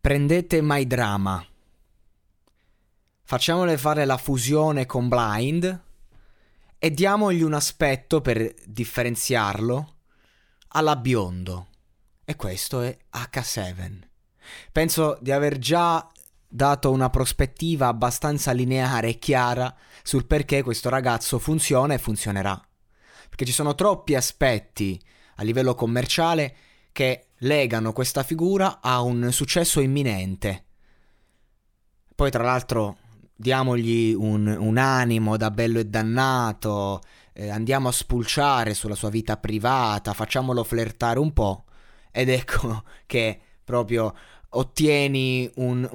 Prendete My Drama, facciamole fare la fusione con Blind e diamogli un aspetto per differenziarlo alla Biondo. E questo è H7. Penso di aver già dato una prospettiva abbastanza lineare e chiara sul perché questo ragazzo funziona e funzionerà. Perché ci sono troppi aspetti a livello commerciale che legano questa figura a un successo imminente. Poi tra l'altro diamogli un animo da bello e dannato, andiamo a spulciare sulla sua vita privata, facciamolo flirtare un po', ed ecco che proprio ottieni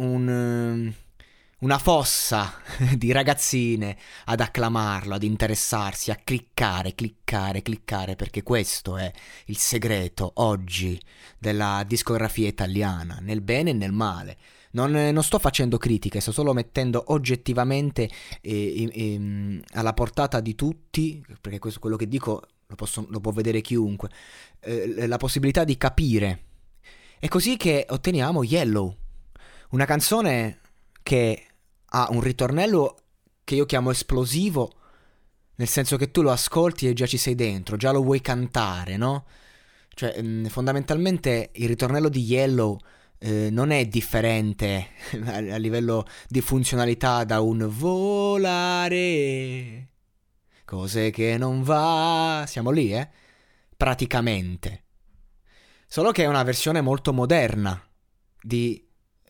una fossa di ragazzine ad acclamarlo, ad interessarsi, a cliccare, perché questo è il segreto oggi della discografia italiana, nel bene e nel male. Non sto facendo critiche, sto solo mettendo oggettivamente alla portata di tutti, perché questo quello che dico lo può vedere chiunque, la possibilità di capire. È così che otteniamo Yellow, una canzone che ha un ritornello che io chiamo esplosivo, nel senso che tu lo ascolti e già ci sei dentro, già lo vuoi cantare, no? Cioè, fondamentalmente il ritornello di Yellow non è differente a livello di funzionalità da un volare, cose che non va, siamo lì, praticamente. Solo che è una versione molto moderna di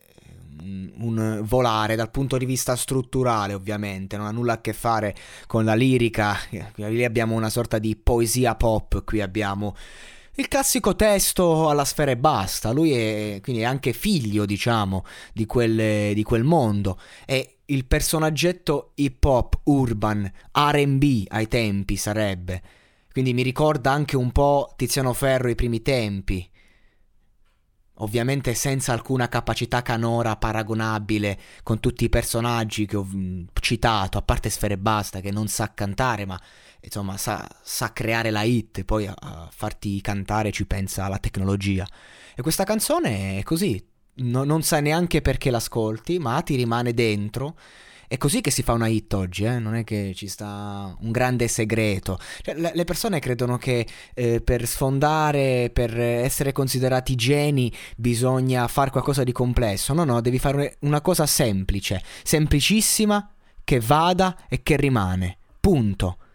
un volare dal punto di vista strutturale, ovviamente non ha nulla a che fare con la lirica. Lì abbiamo una sorta di poesia pop, qui abbiamo il classico testo alla sfera e basta. Lui è quindi è anche figlio, diciamo, di quel mondo, è il personaggetto hip hop urban R&B ai tempi sarebbe, quindi mi ricorda anche un po' Tiziano Ferro ai primi tempi, ovviamente senza alcuna capacità canora paragonabile con tutti i personaggi che ho citato, a parte Sfera e Basta che non sa cantare, ma insomma sa creare la hit, poi a farti cantare ci pensa la tecnologia. E questa canzone è così, non sai neanche perché l'ascolti, ma ti rimane dentro. È così che si fa una hit oggi, non è che ci sta un grande segreto. Cioè, le persone credono che per sfondare, per essere considerati geni, bisogna fare qualcosa di complesso. No, devi fare una cosa semplice, semplicissima, che vada e che rimane. Punto.